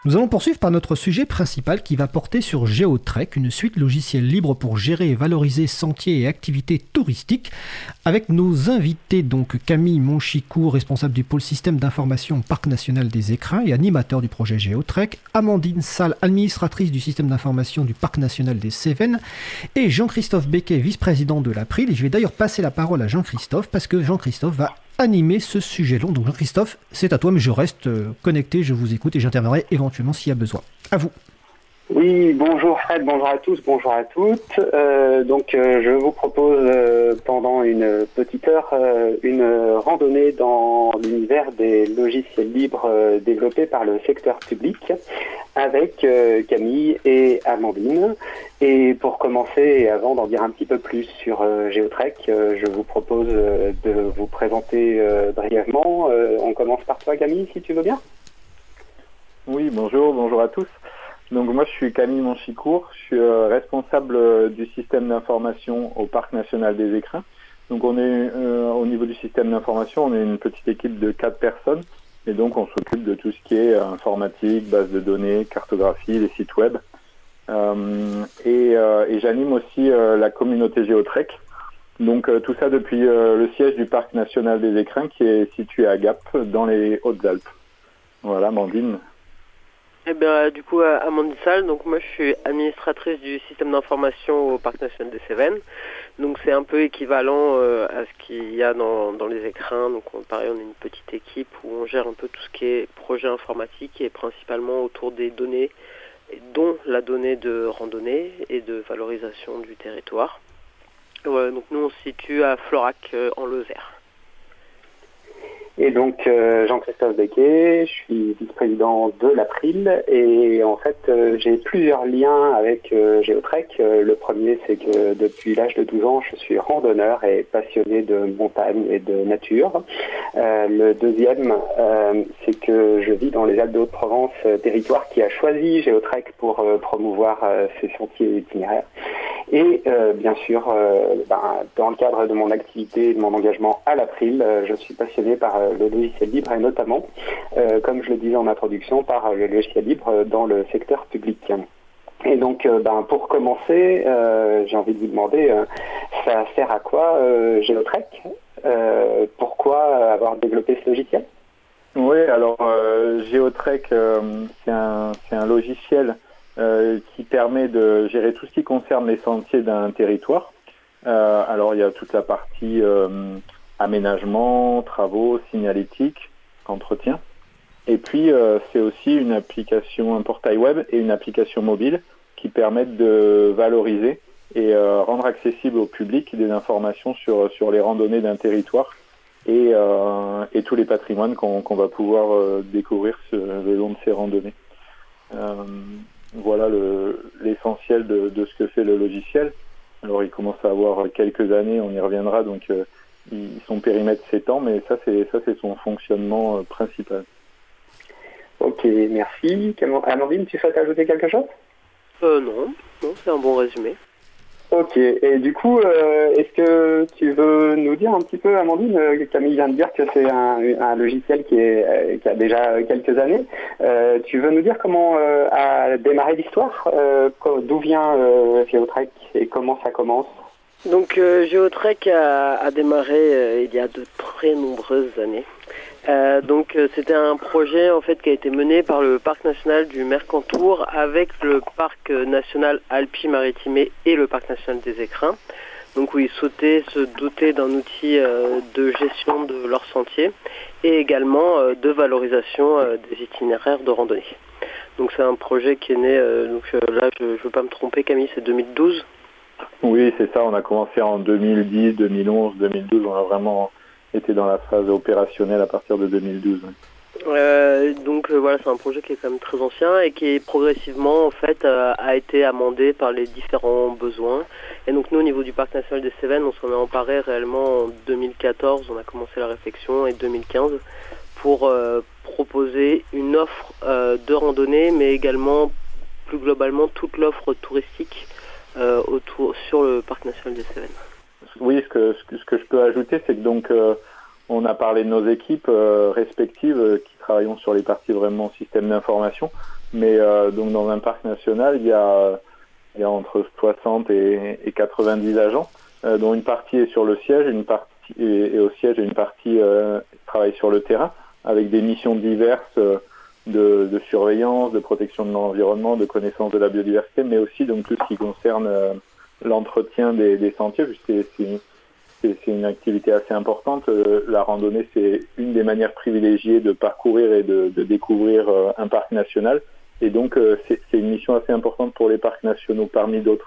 Nous allons poursuivre par notre sujet principal qui va porter sur GeoTrek, une suite logicielle libre pour gérer et valoriser sentiers et activités touristiques, avec nos invités, donc Camille Monchicourt, responsable du pôle système d'information au Parc national des Écrins et animateur du projet GeoTrek, Amandine Salle, administratrice du système d'information du Parc national des Cévennes, et Jean-Christophe Becquet, vice-président de l'April. Et je vais d'ailleurs passer la parole à Jean-Christophe parce que Jean-Christophe va animer ce sujet long. Donc Jean-Christophe, c'est à toi, mais je reste connecté, je vous écoute et j'interviendrai éventuellement s'il y a besoin. À vous. Oui, bonjour Fred, bonjour à tous, bonjour à toutes. Je vous propose pendant une petite heure une randonnée dans l'univers des logiciels libres développés par le secteur public avec Camille et Amandine. Et pour commencer, et avant d'en dire un petit peu plus sur GeoTrek, je vous propose de vous présenter brièvement. On commence par toi Camille, si tu veux bien. Oui, bonjour à tous. Donc moi je suis Camille Monchicourt, je suis responsable du système d'information au Parc national des Écrins. Donc on est au niveau du système d'information, on est une petite équipe de 4 personnes et donc on s'occupe de tout ce qui est informatique, base de données, cartographie, les sites web. Et j'anime aussi la communauté GeoTrek. Donc tout ça depuis le siège du Parc national des Écrins qui est situé à Gap dans les Hautes-Alpes. Voilà, Amandine. Eh bien, du coup, Amandine Salle, donc moi je suis administratrice du système d'information au Parc national des Cévennes. Donc c'est un peu équivalent à ce qu'il y a dans les Écrins. Donc pareil, on est une petite équipe où on gère un peu tout ce qui est projet informatique et principalement autour des données, dont la donnée de randonnée et de valorisation du territoire. Donc nous on se situe à Florac en Lozère. Et donc Jean-Christophe Becquet, je suis vice-président de l'April et en fait j'ai plusieurs liens avec GeoTrek. Le premier c'est que depuis l'âge de 12 ans je suis randonneur et passionné de montagne et de nature. Le deuxième c'est que je vis dans les Alpes de Haute-Provence, territoire qui a choisi GeoTrek pour promouvoir ses sentiers itinéraires. Et bien sûr, dans le cadre de mon activité et de mon engagement à l'April, je suis passionné par le logiciel libre et notamment, comme je le disais en introduction, par le logiciel libre dans le secteur public. Et donc, pour commencer, j'ai envie de vous demander, ça sert à quoi GeoTrek pourquoi avoir développé ce logiciel? Oui, alors GeoTrek, c'est un logiciel qui permet de gérer tout ce qui concerne les sentiers d'un territoire. Alors il y a toute la partie aménagement, travaux, signalétique, entretien. Et puis c'est aussi une application, un portail web et une application mobile qui permettent de valoriser et rendre accessible au public des informations sur les randonnées d'un territoire et tous les patrimoines qu'on va pouvoir découvrir le long de ces randonnées. Voilà l'essentiel de ce que fait le logiciel. Alors il commence à avoir quelques années, on y reviendra, donc son périmètre s'étend, mais ça c'est son fonctionnement principal. Ok, merci. Amandine, tu souhaites ajouter quelque chose? Non, c'est un bon résumé. Ok, et du coup, est-ce que tu veux nous dire un petit peu, Amandine, Camille vient de dire que c'est un logiciel qui a déjà quelques années. Tu veux nous dire comment a démarré l'histoire, d'où vient GeoTrek et comment ça commence? Donc GeoTrek a démarré il y a de très nombreuses années. C'était un projet en fait qui a été mené par le parc national du Mercantour avec le parc national Alpes-Maritimes et le parc national des Écrins. Donc où ils souhaitaient se doter d'un outil de gestion de leurs sentiers et également de valorisation des itinéraires de randonnée. Donc c'est un projet qui est né, là je ne veux pas me tromper Camille, c'est 2012. Oui c'est ça, on a commencé en 2010, 2011, 2012, on a vraiment était dans la phase opérationnelle à partir de 2012. Voilà, c'est un projet qui est quand même très ancien et qui progressivement en fait a été amendé par les différents besoins. Et donc nous au niveau du parc national des Cévennes, on s'en est emparé réellement en 2014, on a commencé la réflexion et 2015 pour proposer une offre de randonnée, mais également plus globalement toute l'offre touristique autour sur le parc national des Cévennes. Oui, ce que je peux ajouter, c'est que donc on a parlé de nos équipes respectives qui travaillons sur les parties vraiment système d'information. Mais donc dans un parc national, il y a entre 60 et 90 agents, dont une partie est sur le siège, une partie et au siège et une partie travaille sur le terrain, avec des missions diverses de surveillance, de protection de l'environnement, de connaissance de la biodiversité, mais aussi donc tout ce qui concerne l'entretien des sentiers, puisque c'est une activité assez importante. La randonnée, c'est une des manières privilégiées de parcourir et de découvrir un parc national. Et donc, c'est une mission assez importante pour les parcs nationaux parmi d'autres.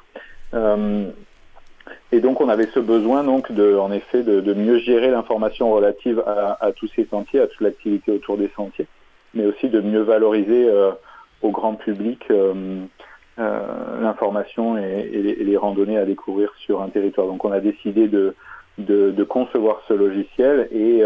Et donc, on avait ce besoin, donc, en effet, de mieux gérer l'information relative à tous ces sentiers, à toute l'activité autour des sentiers, mais aussi de mieux valoriser au grand public l'information et les randonnées à découvrir sur un territoire. Donc, on a décidé de concevoir ce logiciel et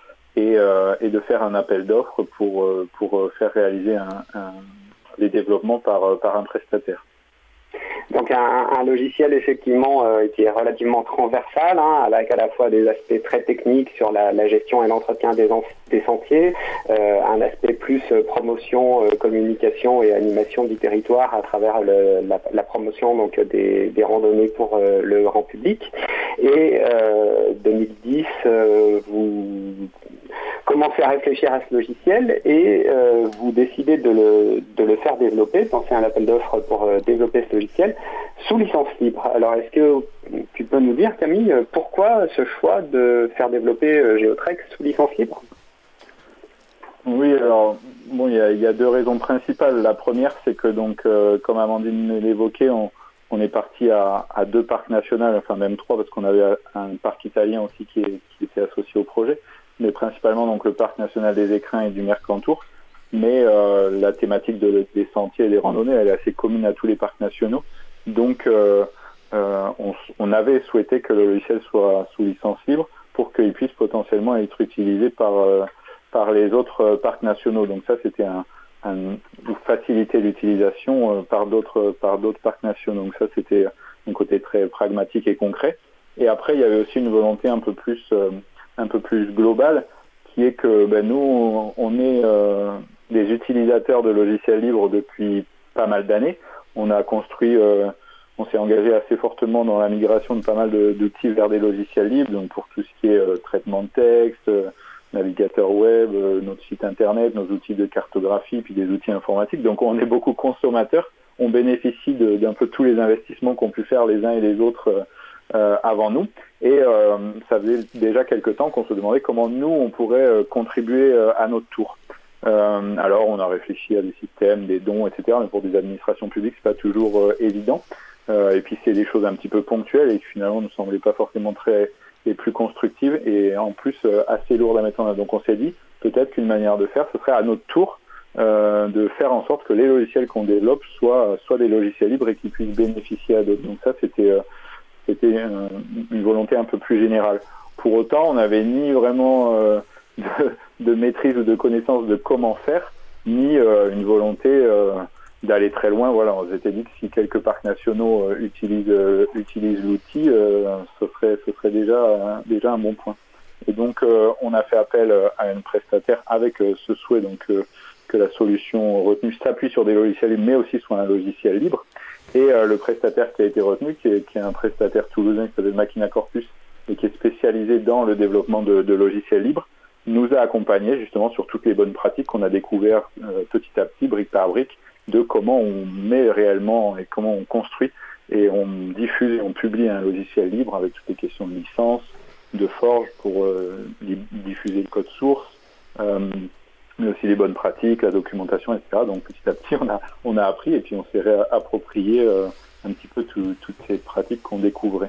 de faire un appel d'offres pour faire réaliser des développements par un prestataire. Donc un logiciel effectivement qui est relativement transversal, avec à la fois des aspects très techniques sur la gestion et l'entretien des sentiers, un aspect plus promotion, communication et animation du territoire à travers la promotion donc des randonnées pour le grand public. Et 2010, vous commencez à réfléchir à ce logiciel et vous décidez de le faire développer, lancer un appel d'offres pour développer ce logiciel sous licence libre. Alors, est-ce que tu peux nous dire, Camille, pourquoi ce choix de faire développer Géotrek sous licence libre ? Oui, alors, bon, il y a deux raisons principales. La première, c'est que, donc, comme Amandine l'évoquait, on est parti à 2 parcs nationaux, enfin même 3, parce qu'on avait un parc italien aussi qui était associé au projet, mais principalement donc le parc national des Écrins et du Mercantour. Mais la thématique des sentiers et des randonnées, elle est assez commune à tous les parcs nationaux. Donc, on avait souhaité que le logiciel soit sous licence libre pour qu'il puisse potentiellement être utilisé par les autres parcs nationaux. Donc ça, c'était faciliter l'utilisation par d'autres parcs nationaux. Donc ça, c'était un côté très pragmatique et concret. Et après, il y avait aussi une volonté un peu plus globale, qui est que nous, on est des utilisateurs de logiciels libres depuis pas mal d'années. On s'est engagé assez fortement dans la migration de pas mal d'outils vers des logiciels libres, donc pour tout ce qui est traitement de texte, navigateur web, notre site internet, nos outils de cartographie, puis des outils informatiques. Donc on est beaucoup consommateurs. On bénéficie d'un peu tous les investissements qu'ont pu faire les uns et les autres avant nous. Et ça faisait déjà quelques temps qu'on se demandait comment nous, on pourrait contribuer à notre tour. Alors on a réfléchi à des systèmes, des dons, etc. Mais pour des administrations publiques, c'est pas toujours évident. Et puis c'est des choses un petit peu ponctuelles et qui finalement ne semblaient pas forcément les plus constructives et en plus assez lourdes à mettre en œuvre. Donc on s'est dit peut-être qu'une manière de faire, ce serait à notre tour de faire en sorte que les logiciels qu'on développe soient des logiciels libres et qu'ils puissent bénéficier à d'autres. Donc ça c'était une volonté un peu plus générale. Pour autant, on n'avait ni vraiment de maîtrise ou de connaissance de comment faire, ni une volonté d'aller très loin. Voilà, on s'était dit que si quelques parcs nationaux utilisent l'outil, ce serait déjà un bon point. Et donc, on a fait appel à une prestataire avec ce souhait donc que la solution retenue s'appuie sur des logiciels libres, mais aussi soit un logiciel libre. Et le prestataire qui a été retenu, qui est un prestataire toulousain qui s'appelle Machina Corpus et qui est spécialisé dans le développement de logiciels libres, nous a accompagnés justement sur toutes les bonnes pratiques qu'on a découvert petit à petit, brique par brique, de comment on met réellement et comment on construit et on diffuse et on publie un logiciel libre avec toutes les questions de licence, de forge pour diffuser le code source, mais aussi les bonnes pratiques, la documentation, etc. Donc petit à petit, on a appris et puis on s'est réapproprié un petit peu toutes ces pratiques qu'on découvrait.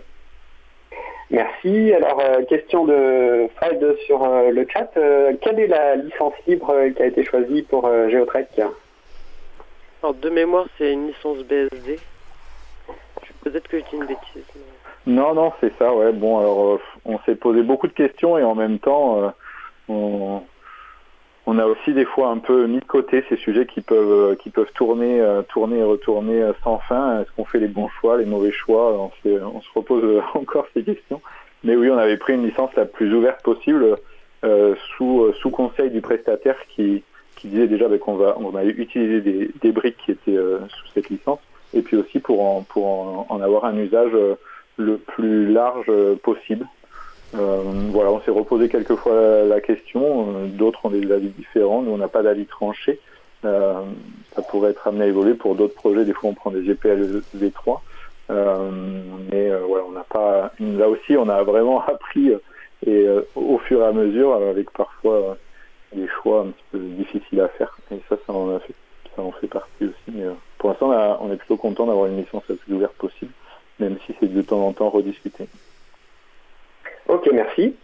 Merci. Alors, question de Fred sur le chat. Quelle est la licence libre qui a été choisie pour Géotrek ? Alors, de mémoire, c'est une licence BSD. Peut-être que je dis une bêtise. Mais... Non, c'est ça, ouais. Bon, alors, on s'est posé beaucoup de questions et en même temps, on a aussi des fois un peu mis de côté ces sujets qui peuvent tourner et retourner sans fin. Est-ce qu'on fait les bons choix, les mauvais choix ? On se repose encore ces questions. Mais oui, on avait pris une licence la plus ouverte possible sous conseil du prestataire qui qui disait déjà qu'on allait utiliser des briques qui étaient sous cette licence, et puis aussi pour en avoir un usage le plus large possible. Voilà, on s'est reposé quelques fois la question, d'autres ont des avis différents, nous on n'a pas d'avis tranché. Ça pourrait être amené à évoluer pour d'autres projets, des fois on prend des GPL V3, mais voilà, on n'a pas. Là aussi, on a vraiment appris au fur et à mesure, avec parfois des choix un petit peu difficiles à faire, et ça en fait partie aussi. Mais pour l'instant, on est plutôt content d'avoir une licence la plus ouverte possible, même si c'est de temps en temps rediscuté. Ok, merci.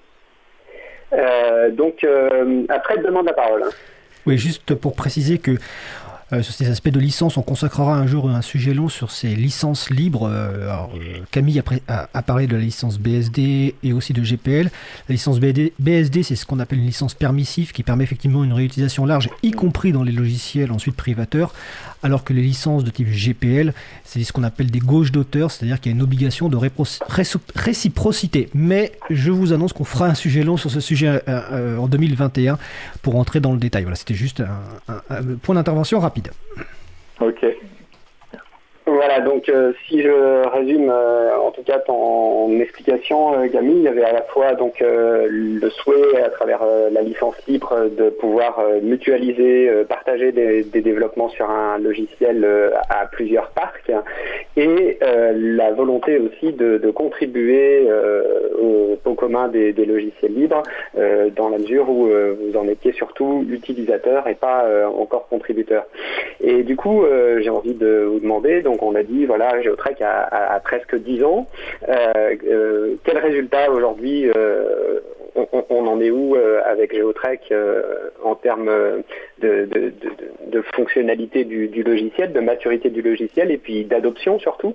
Donc, après, demande la parole. Oui, juste pour préciser que sur ces aspects de licence, on consacrera un jour un sujet long sur ces licences libres. Camille a parlé de la licence BSD et aussi de GPL. La licence BSD, c'est ce qu'on appelle une licence permissive qui permet effectivement une réutilisation large, y compris dans les logiciels ensuite privateurs, alors que les licences de type GPL, c'est ce qu'on appelle des gauches d'auteur, c'est-à-dire qu'il y a une obligation de réciprocité. Mais je vous annonce qu'on fera un sujet long sur ce sujet en 2021 pour entrer dans le détail. Voilà, c'était juste un point d'intervention rapide. Ok. Voilà, donc si je résume en tout cas ton explication, Camille, il y avait à la fois donc le souhait à travers la licence libre de pouvoir mutualiser, partager des développements sur un logiciel à plusieurs parcs, et la volonté aussi de contribuer au commun des logiciels libres, dans la mesure où vous en étiez surtout utilisateur et pas encore contributeur. Et du coup, j'ai envie de vous demander, donc on a dit, voilà, Geotrek a presque 10 ans. Quel résultat aujourd'hui on en est où avec Geotrek en termes de fonctionnalité du logiciel, de maturité du logiciel et puis d'adoption surtout?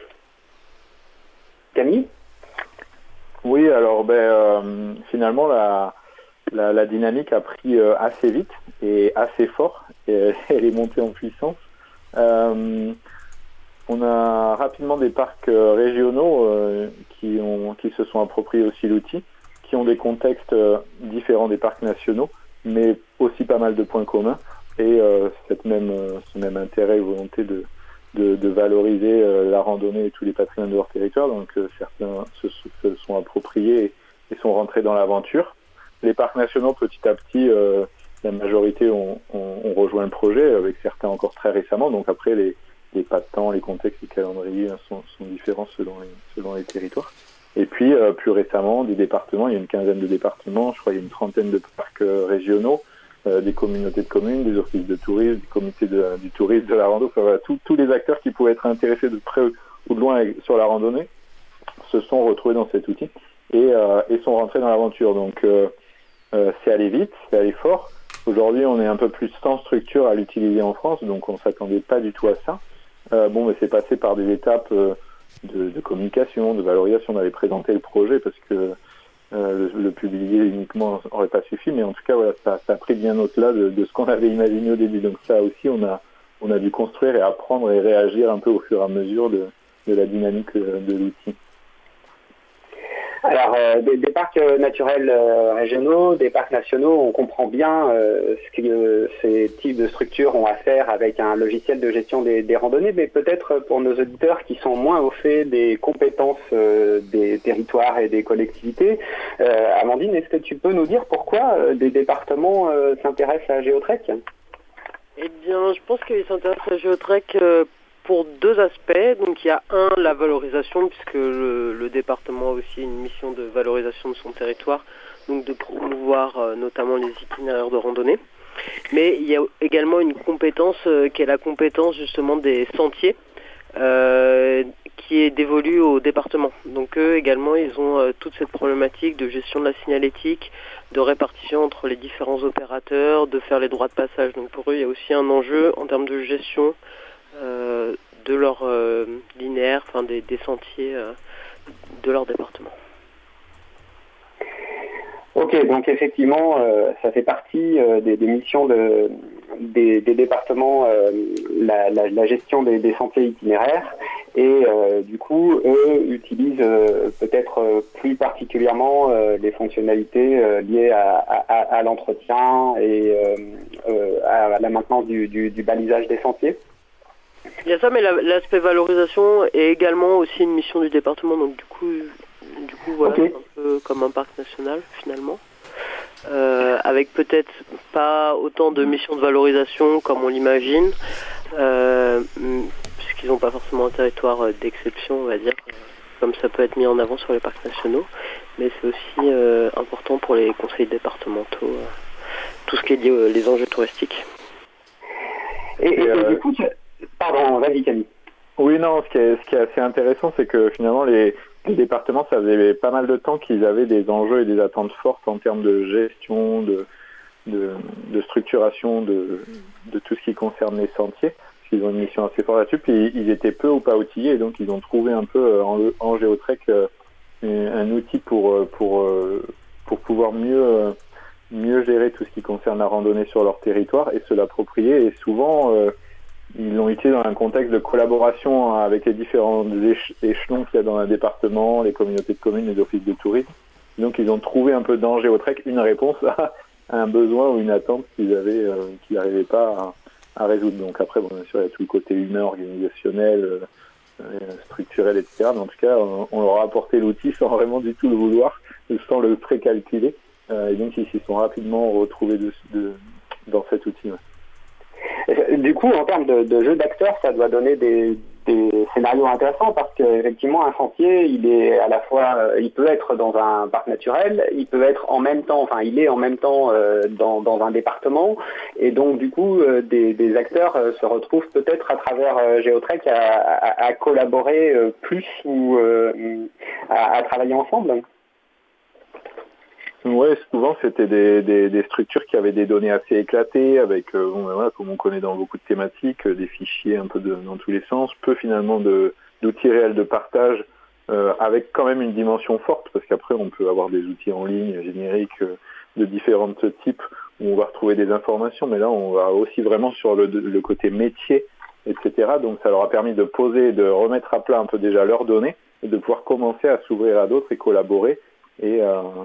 Camille? Oui, alors finalement la dynamique a pris assez vite et assez fort, et elle est montée en puissance. On a rapidement des parcs régionaux qui se sont appropriés aussi l'outil, qui ont des contextes différents des parcs nationaux, mais aussi pas mal de points communs, et ce même intérêt et volonté de valoriser la randonnée et tous les patrimoines de leur territoire. Donc certains se sont appropriés et sont rentrés dans l'aventure. Les parcs nationaux, petit à petit, la majorité ont rejoint le projet, avec certains encore très récemment. Donc après, les pas de temps, les contextes, les calendriers sont différents selon les territoires. Et puis, plus récemment, des départements, il y a une quinzaine de départements, je crois qu'il y a une trentaine de parcs régionaux, des communautés de communes, des offices de tourisme, des comités du tourisme, de la rando, enfin, voilà, tous les acteurs qui pouvaient être intéressés de près ou de loin sur la randonnée se sont retrouvés dans cet outil et sont rentrés dans l'aventure. Donc, c'est allé vite, c'est allé fort. Aujourd'hui, on est un peu plus sans structure à l'utiliser en France, donc on ne s'attendait pas du tout à ça. Mais c'est passé par des étapes de communication, de valorisation. On avait présenté le projet parce que le publier uniquement n'aurait pas suffi, mais en tout cas, voilà, ça a pris bien au-delà de ce qu'on avait imaginé au début. Donc ça aussi, on a dû construire et apprendre et réagir un peu au fur et à mesure de la dynamique de l'outil. Alors, des parcs naturels régionaux, des parcs nationaux, on comprend bien ce que ces types de structures ont à faire avec un logiciel de gestion des randonnées, mais peut-être pour nos auditeurs qui sont moins au fait des compétences des territoires et des collectivités. Amandine, est-ce que tu peux nous dire pourquoi des départements s'intéressent à Geotrek? Eh bien, je pense qu'ils s'intéressent à Geotrek pour deux aspects. Donc il y a la valorisation, puisque le département a aussi une mission de valorisation de son territoire, donc de promouvoir notamment les itinéraires de randonnée. Mais il y a également une compétence qui est la compétence justement des sentiers, qui est dévolue au département. Donc eux également, ils ont toute cette problématique de gestion de la signalétique, de répartition entre les différents opérateurs, de faire les droits de passage. Donc pour eux, il y a aussi un enjeu en termes de gestion de leur linéaire, enfin des sentiers de leur département. Ok, donc effectivement, ça fait partie des missions des départements, la gestion des sentiers itinéraires. Et du coup, eux utilisent peut-être plus particulièrement les fonctionnalités liées à l'entretien et à la maintenance du balisage des sentiers. Il y a ça, mais l'aspect valorisation est également aussi une mission du département, donc du coup voilà, okay. C'est un peu comme un parc national finalement. Avec peut-être pas autant de missions de valorisation comme on l'imagine, puisqu'ils n'ont pas forcément un territoire d'exception, on va dire, comme ça peut être mis en avant sur les parcs nationaux, mais c'est aussi important pour les conseils départementaux, tout ce qui est lié aux enjeux touristiques. Et du coup, pardon, vas-y Camille. Oui, non, ce qui est assez intéressant, c'est que finalement les départements, ça faisait pas mal de temps qu'ils avaient des enjeux et des attentes fortes en termes de gestion, de structuration de tout ce qui concerne les sentiers. Ils ont une mission assez forte là-dessus, puis ils étaient peu ou pas outillés, et donc ils ont trouvé un peu en Géotrek un outil pour pouvoir mieux gérer tout ce qui concerne la randonnée sur leur territoire et se l'approprier. Et souvent, ils l'ont utilisé dans un contexte de collaboration avec les différents échelons qu'il y a dans un département, les communautés de communes, les offices de tourisme. Donc ils ont trouvé un peu dans Géotrek une réponse à un besoin ou une attente qu'ils n'arrivaient pas à résoudre. Donc après, bon, bien sûr, il y a tout le côté humain, organisationnel, structurel, etc. Mais en tout cas, on leur a apporté l'outil sans vraiment du tout le vouloir, sans le précalculer. Et donc ils s'y sont rapidement retrouvés dans cet outil. Ouais. Du coup, en termes de jeu d'acteurs, ça doit donner des scénarios intéressants parce qu'effectivement, un sentier, il est à la fois, il peut être dans un parc naturel, il peut être en même temps, enfin, il est en même temps dans un département, et donc du coup, des acteurs se retrouvent peut-être à travers Géotrek à collaborer plus ou à travailler ensemble. Oui, souvent c'était des structures qui avaient des données assez éclatées, avec, voilà, comme on connaît dans beaucoup de thématiques, des fichiers un peu dans tous les sens, peu finalement d'outils réels de partage, avec quand même une dimension forte, parce qu'après on peut avoir des outils en ligne, génériques, de différents types, où on va retrouver des informations, mais là on va aussi vraiment sur le côté métier, etc. Donc ça leur a permis de poser, de remettre à plat un peu déjà leurs données, et de pouvoir commencer à s'ouvrir à d'autres et collaborer, et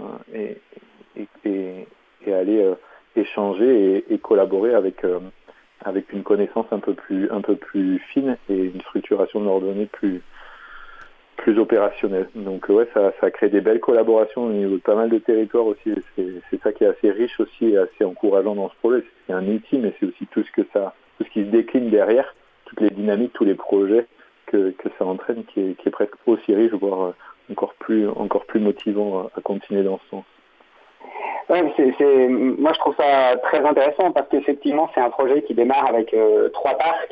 aller échanger et collaborer avec une connaissance un peu plus fine et une structuration de leurs données plus opérationnelle. Donc ouais, ça crée des belles collaborations au niveau de pas mal de territoires aussi. C'est ça qui est assez riche aussi et assez encourageant dans ce projet. C'est un outil, mais c'est aussi tout ce qui se décline derrière, toutes les dynamiques, tous les projets que ça entraîne, qui est presque aussi riche, voire encore plus motivant à continuer dans ce sens. Ouais, moi je trouve ça très intéressant parce qu'effectivement c'est un projet qui démarre avec 3 parcs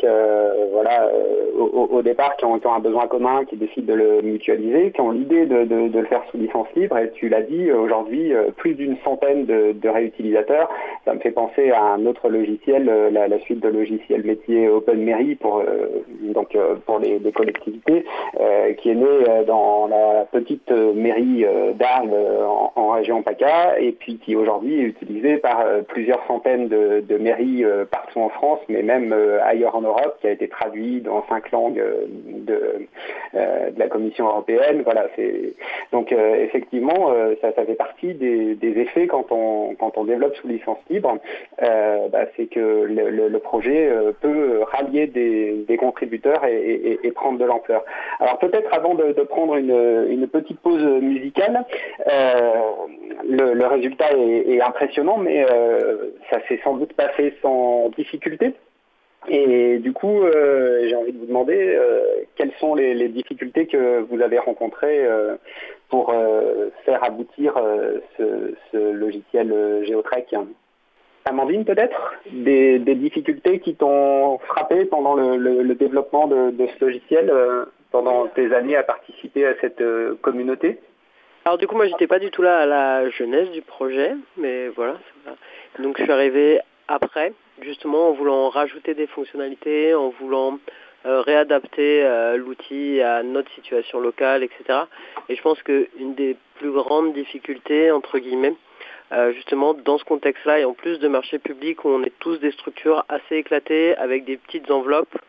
au départ qui ont un besoin commun, qui décident de le mutualiser, qui ont l'idée de le faire sous licence libre, et tu l'as dit, aujourd'hui plus d'une centaine de réutilisateurs. Ça me fait penser à un autre logiciel, la suite de logiciels métiers OpenMairie pour les collectivités, qui est né dans la petite mairie d'Arles en région PACA, et puis qui aujourd'hui est utilisé par plusieurs centaines de mairies partout en France, mais même ailleurs en Europe, qui a été traduit dans 5 langues de la Commission européenne. Voilà, donc effectivement, ça fait partie des effets quand on développe sous licence libre, c'est que le projet peut rallier des contributeurs et prendre de l'ampleur. Alors peut-être avant de prendre une petite pause musicale, le résultat est impressionnant, mais ça s'est sans doute pas fait sans difficulté. Et du coup, j'ai envie de vous demander quelles sont les difficultés que vous avez rencontrées pour faire aboutir ce logiciel Géotrek. Amandine, peut-être des difficultés qui t'ont frappé pendant le développement de ce logiciel, pendant tes années à participer à cette communauté? Alors du coup, moi, j'étais pas du tout là à la jeunesse du projet, mais voilà. Donc je suis arrivé après, justement en voulant rajouter des fonctionnalités, en voulant réadapter l'outil à notre situation locale, etc. Et je pense qu'une des plus grandes difficultés, entre guillemets, justement dans ce contexte-là, et en plus de marché public où on est tous des structures assez éclatées avec des petites enveloppes,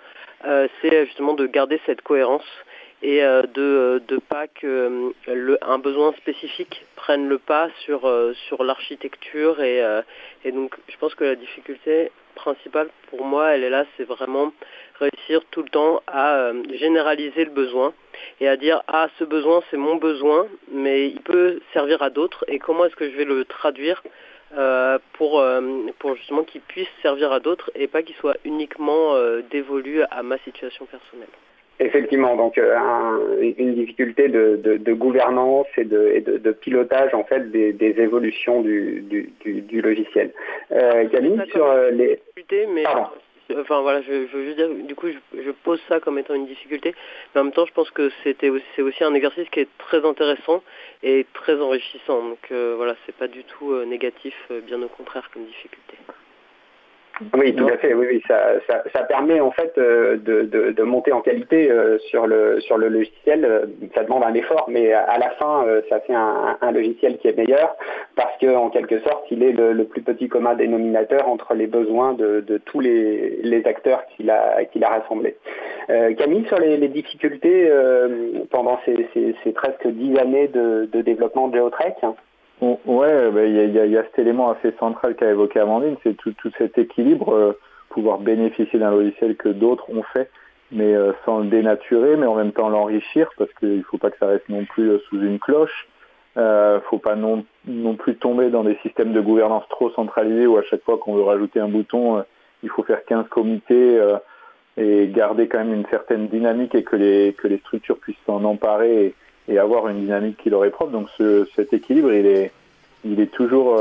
c'est justement de garder cette cohérence et de pas que un besoin spécifique prenne le pas sur l'architecture et donc je pense que la difficulté principale pour moi elle est là, c'est vraiment réussir tout le temps à généraliser le besoin et à dire ce besoin c'est mon besoin mais il peut servir à d'autres et comment est-ce que je vais le traduire pour justement qu'il puisse servir à d'autres et pas qu'il soit uniquement dévolu à ma situation personnelle. Effectivement, donc une difficulté de gouvernance et de pilotage en fait des évolutions du logiciel. Camille, sur les... Mais, enfin voilà, je veux juste dire, du coup je pose ça comme étant une difficulté, mais en même temps je pense que c'est aussi un exercice qui est très intéressant et très enrichissant. Donc voilà, c'est pas du tout négatif, bien au contraire comme difficulté. Oui, tout à fait. Oui, ça permet en fait de monter en qualité sur le logiciel. Ça demande un effort, mais à la fin, ça fait un logiciel qui est meilleur parce que en quelque sorte, il est le plus petit commun dénominateur entre les besoins de tous les acteurs qu'il a rassemblés. Camille, sur les difficultés pendant ces presque 10 années de développement de GeoTrek. Ouais, il y a cet élément assez central qu'a évoqué Amandine, c'est tout cet équilibre, pouvoir bénéficier d'un logiciel que d'autres ont fait, mais sans le dénaturer, mais en même temps l'enrichir, parce qu'il ne faut pas que ça reste non plus sous une cloche. Faut pas non plus tomber dans des systèmes de gouvernance trop centralisés où à chaque fois qu'on veut rajouter un bouton, il faut faire 15 comités et garder quand même une certaine dynamique et que les structures puissent s'en emparer et avoir une dynamique qui leur est propre. Donc cet équilibre, il est toujours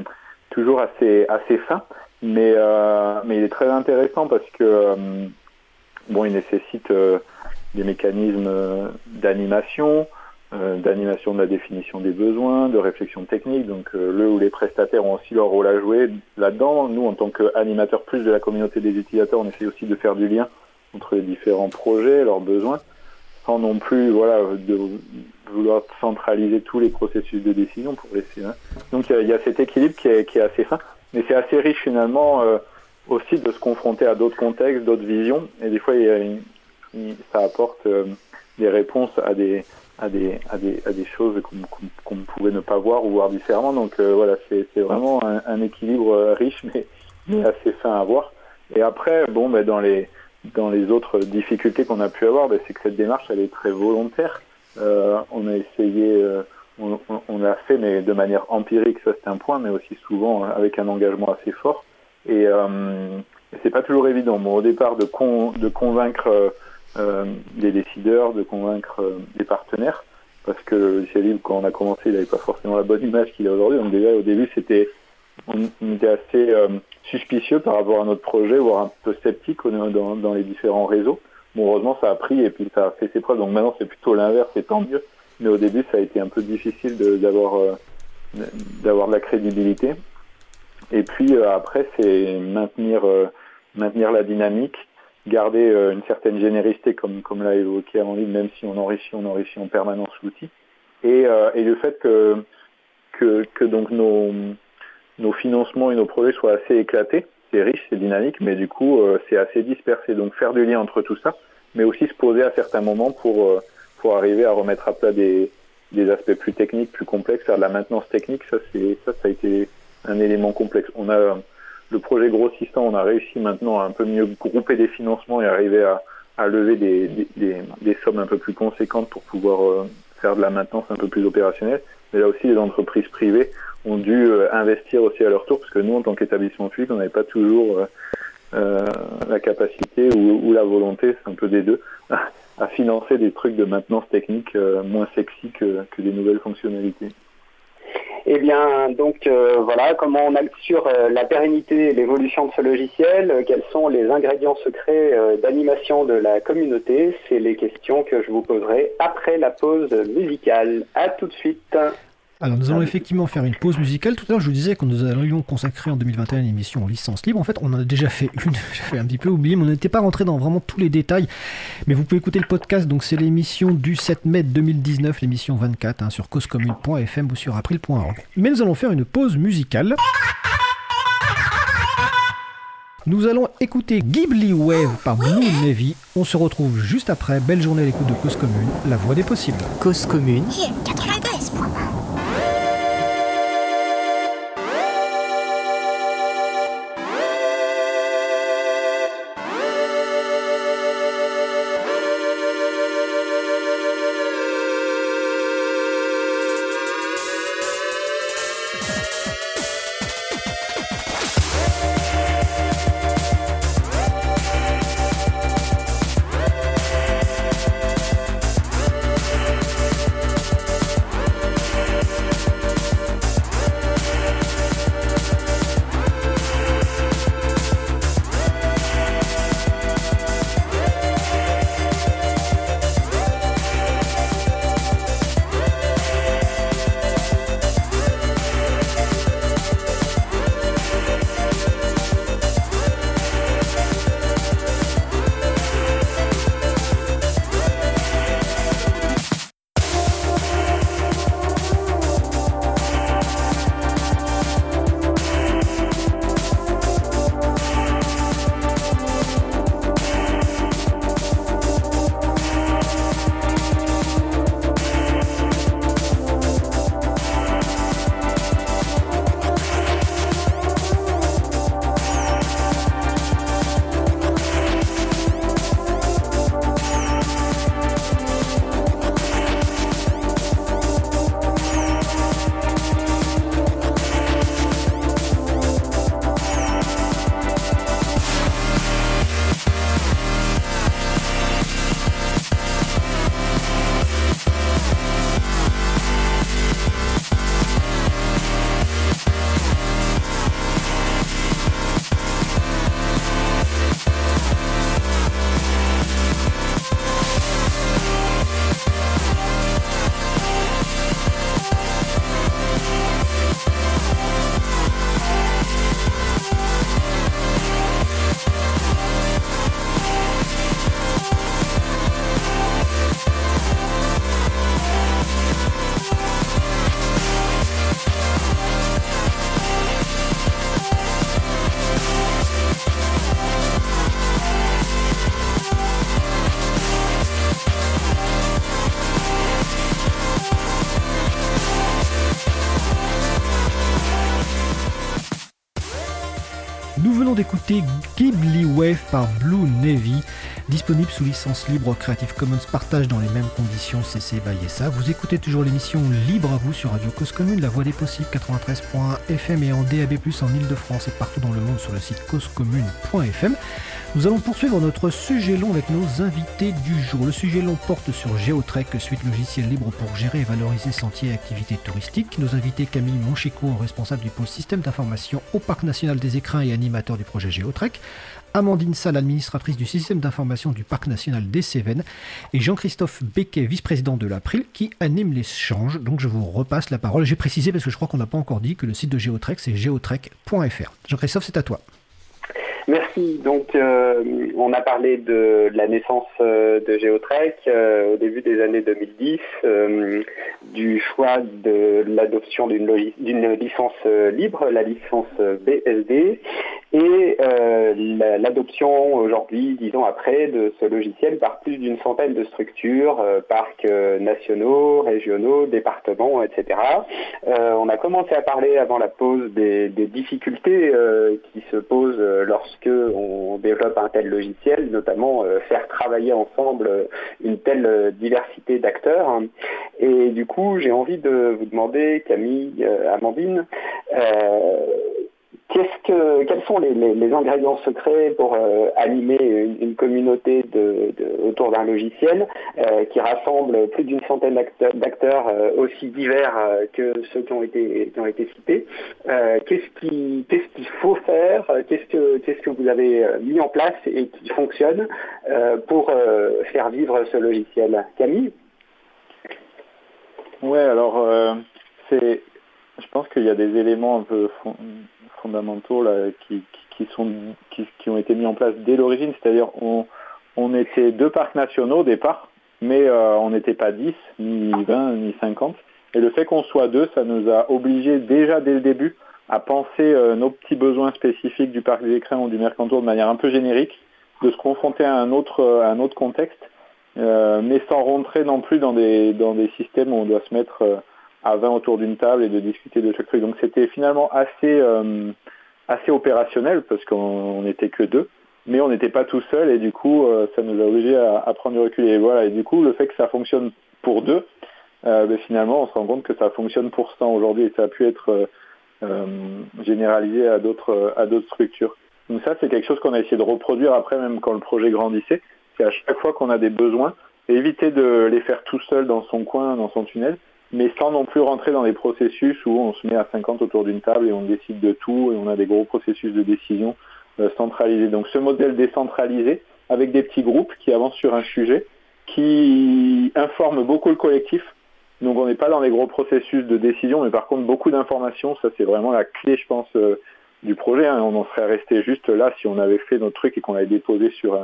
assez fin, mais il est très intéressant parce que il nécessite des mécanismes d'animation de la définition des besoins, de réflexion technique. Donc le ou les prestataires ont aussi leur rôle à jouer là-dedans. Nous, en tant qu'animateurs plus de la communauté des utilisateurs, on essaie aussi de faire du lien entre les différents projets, leurs besoins, sans non plus de vouloir centraliser tous les processus de décision pour laisser. Donc il y a cet équilibre qui est assez fin, mais c'est assez riche finalement aussi de se confronter à d'autres contextes, d'autres visions, et des fois ça apporte des réponses à des choses qu'on pouvait ne pas voir ou voir différemment. Donc c'est vraiment un équilibre riche mais assez fin à voir. Et après dans les autres difficultés qu'on a pu avoir, c'est que cette démarche, elle est très volontaire. On a essayé, on l'a fait, mais de manière empirique, ça c'est un point, mais aussi souvent avec un engagement assez fort. Et c'est pas toujours évident. Au départ, de convaincre des décideurs, de convaincre des partenaires, parce que le logiciel libre, quand on a commencé, il n'avait pas forcément la bonne image qu'il a aujourd'hui. Donc déjà, au début, on était assez suspicieux par rapport à notre projet, voire un peu sceptique dans les différents réseaux. Heureusement, ça a pris et puis ça a fait ses preuves. Donc maintenant, c'est plutôt l'inverse, c'est tant mieux. Mais au début, ça a été un peu difficile d'avoir de la crédibilité. Et puis après, c'est maintenir la dynamique, garder une certaine générosité, comme l'a évoqué Amandine, même si on enrichit en permanence l'outil. Et le fait que donc nos financements et nos projets soient assez éclatés, c'est riche, c'est dynamique, mais du coup, c'est assez dispersé. Donc faire du lien entre tout ça, mais aussi se poser à certains moments pour arriver à remettre à plat des aspects plus techniques, plus complexes, faire de la maintenance technique, ça a été un élément complexe. On a le projet grossissant, on a réussi maintenant à un peu mieux grouper des financements et arriver à lever des sommes un peu plus conséquentes pour pouvoir faire de la maintenance un peu plus opérationnelle. Mais là aussi, les entreprises privées ont dû investir aussi à leur tour, parce que nous, en tant qu'établissement public, on n'avait pas toujours la capacité ou la volonté, c'est un peu des deux, à financer des trucs de maintenance technique moins sexy que des nouvelles fonctionnalités. Eh bien, donc voilà, comment on assure la pérennité et l'évolution de ce logiciel, quels sont les ingrédients secrets d'animation de la communauté, c'est les questions que je vous poserai après la pause musicale. À tout de suite. Alors nous allons effectivement faire une pause musicale. Tout à l'heure je vous disais que nous allions consacrer en 2021 une émission en licence libre. En fait on en a déjà fait une, j'avais un petit peu oublié, mais on n'était pas rentré dans vraiment tous les détails. Mais vous pouvez écouter le podcast, donc c'est l'émission du 7 mai 2019, l'émission 24, sur causecommune.fm ou sur april.org. Mais nous allons faire une pause musicale. Nous allons écouter Ghibli Wave par Blue Navy. On se retrouve juste après. Belle journée à l'écoute de Cause Commune, la voix des possibles. Cause Commune 93.1. Nous venons d'écouter Ghibli Wave par Blue Navy, disponible sous licence libre Creative Commons partage dans les mêmes conditions CC by SA. Vous écoutez toujours l'émission Libre à vous sur Radio Cause Commune, la voix des possibles 93.1 FM et en DAB+, en Ile-de-France et partout dans le monde sur le site causecommune.fm. Nous allons poursuivre notre sujet long avec nos invités du jour. Le sujet long porte sur Géotrek, suite logicielle libre pour gérer et valoriser sentiers et activités touristiques. Nos invités Camille Monchicourt, responsable du pôle système d'information au Parc national des Écrins et animateur du projet Géotrek, Amandine Salle, administratrice du système d'information du Parc national des Cévennes, et Jean-Christophe Becquet, vice-président de l'April, qui anime l'échange. Donc je vous repasse la parole. J'ai précisé parce que je crois qu'on n'a pas encore dit que le site de Géotrek, c'est geotrek.fr. Jean-Christophe, c'est à toi. Merci. Donc, on a parlé de la naissance de Géotrek au début des années 2010, du choix de l'adoption d'une licence libre, la licence BSD, et l'adoption aujourd'hui, 10 ans après, de ce logiciel par plus d'une centaine de structures, parcs nationaux, régionaux, départements, etc. On a commencé à parler avant la pause des difficultés qui se posent lorsque on développe un tel logiciel, notamment faire travailler ensemble une telle diversité d'acteurs. Et du coup, j'ai envie de vous demander, Camille, Amandine, quels sont les ingrédients secrets pour animer une communauté autour d'un logiciel qui rassemble plus d'une centaine d'acteurs aussi divers que ceux qui ont été cités. Qu'est-ce qu'il faut faire, qu'est-ce que vous avez mis en place et qui fonctionne pour faire vivre ce logiciel? Camille? Ouais, alors je pense qu'il y a des éléments un peu fondamentaux là qui ont été mis en place dès l'origine, c'est-à-dire on était 2 parcs nationaux au départ, mais on n'était pas 10, ni 20, ni 50, et le fait qu'on soit 2, ça nous a obligés déjà dès le début à penser nos petits besoins spécifiques du Parc des Écrins ou du Mercantour de manière un peu générique, de se confronter à un autre contexte, mais sans rentrer non plus dans des systèmes où on doit se mettre à 20 autour d'une table et de discuter de chaque truc. Donc c'était finalement assez opérationnel parce qu'on n'était que deux, mais on n'était pas tout seul et du coup ça nous a obligés à prendre du recul. Et voilà, et du coup le fait que ça fonctionne pour deux, finalement on se rend compte que ça fonctionne pour 100 aujourd'hui et ça a pu être généralisé à d'autres structures. Donc ça c'est quelque chose qu'on a essayé de reproduire après, même quand le projet grandissait, c'est à chaque fois qu'on a des besoins, éviter de les faire tout seul dans son coin, dans son tunnel, mais sans non plus rentrer dans des processus où on se met à 50 autour d'une table et on décide de tout et on a des gros processus de décision centralisés. Donc ce modèle décentralisé avec des petits groupes qui avancent sur un sujet, qui informent beaucoup le collectif. Donc on n'est pas dans des gros processus de décision, mais par contre beaucoup d'informations, ça c'est vraiment la clé je pense du projet. Hein. On en serait resté juste là si on avait fait notre truc et qu'on l'avait déposé sur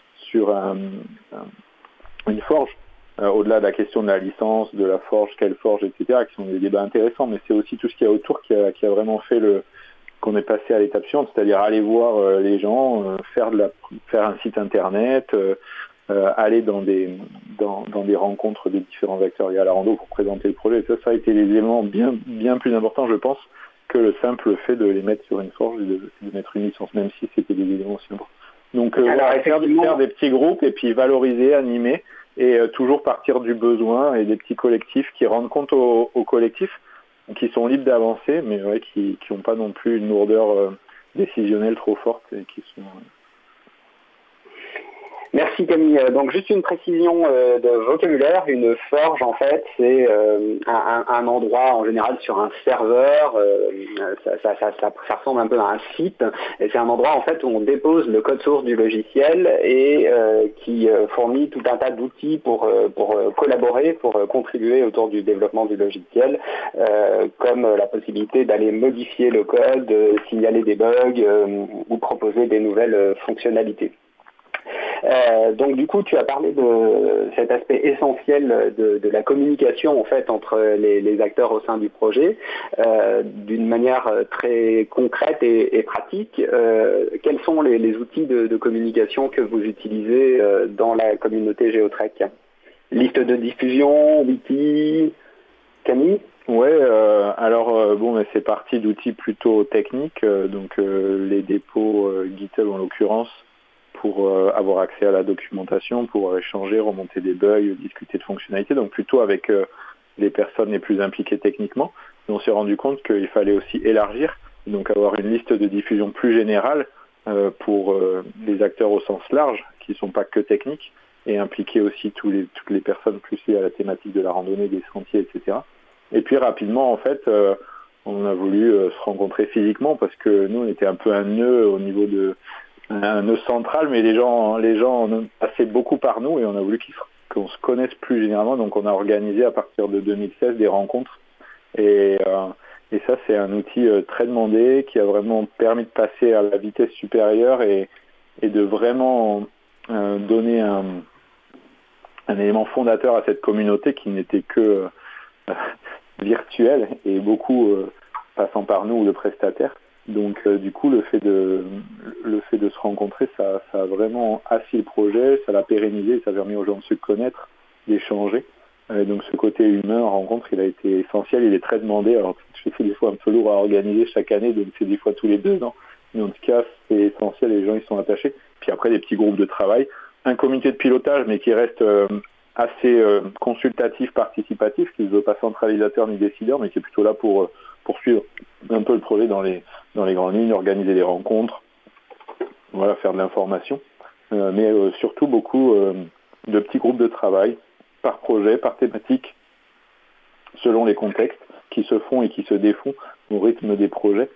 une forge. Au-delà de la question de la licence, de la forge, quelle forge, etc., qui sont des débats intéressants, mais c'est aussi tout ce qu'il y a autour qui a vraiment fait qu'on est passé à l'étape suivante, c'est-à-dire aller voir les gens, faire un site internet, aller dans des rencontres de différents acteurs liés à la rando pour présenter le projet. Et ça a été des éléments bien plus importants, je pense, que le simple fait de les mettre sur une forge et de mettre une licence, même si c'était des éléments aussi importants. Donc faire des petits groupes et puis valoriser, animer, et toujours partir du besoin et des petits collectifs qui rendent compte aux collectifs, qui sont libres d'avancer, mais qui n'ont pas non plus une lourdeur décisionnelle trop forte et qui sont... Merci Camille. Donc juste une précision de vocabulaire. Une forge en fait c'est un endroit en général sur un serveur. Ça ressemble un peu à un site. Et c'est un endroit en fait où on dépose le code source du logiciel et qui fournit tout un tas d'outils pour collaborer, pour contribuer autour du développement du logiciel, comme la possibilité d'aller modifier le code, signaler des bugs ou proposer des nouvelles fonctionnalités. Donc du coup, tu as parlé de cet aspect essentiel de la communication en fait entre les acteurs au sein du projet, d'une manière très concrète et pratique. Quels sont les outils de communication que vous utilisez dans la communauté Géotrek? Liste de diffusion, wiki, Camille? Ouais, mais c'est parti d'outils plutôt techniques, les dépôts GitHub en l'occurrence, pour avoir accès à la documentation, pour échanger, remonter des bugs, discuter de fonctionnalités, donc plutôt avec les personnes les plus impliquées techniquement. Et on s'est rendu compte qu'il fallait aussi élargir, donc avoir une liste de diffusion plus générale pour les acteurs au sens large, qui ne sont pas que techniques, et impliquer aussi toutes les personnes plus liées à la thématique de la randonnée, des sentiers, etc. Et puis rapidement, en fait, on a voulu se rencontrer physiquement, parce que nous, on était un peu un nœud au niveau un nœud central, mais les gens passaient beaucoup par nous et on a voulu qu'on se connaisse plus généralement. Donc on a organisé à partir de 2016 des rencontres et ça c'est un outil très demandé qui a vraiment permis de passer à la vitesse supérieure et de vraiment donner un élément fondateur à cette communauté qui n'était que virtuelle et beaucoup passant par nous ou le prestataire. Donc du coup le fait de se rencontrer, ça a vraiment assis le projet, ça l'a pérennisé, ça a permis aux gens de se connaître, d'échanger. Donc ce côté humain en rencontre, il a été essentiel, il est très demandé. Alors c'est des fois un peu lourd à organiser chaque année, donc c'est des fois tous les 2 ans. Mais en tout cas c'est essentiel, les gens ils sont attachés. Puis après des petits groupes de travail, un comité de pilotage mais qui reste assez consultatif, participatif, qui ne veut pas centralisateur ni décideur, mais qui est plutôt là pour suivre un peu le projet dans les grandes lignes, organiser des rencontres, voilà, faire de l'information, mais surtout beaucoup de petits groupes de travail par projet, par thématique, selon les contextes, qui se font et qui se défont au rythme des projets,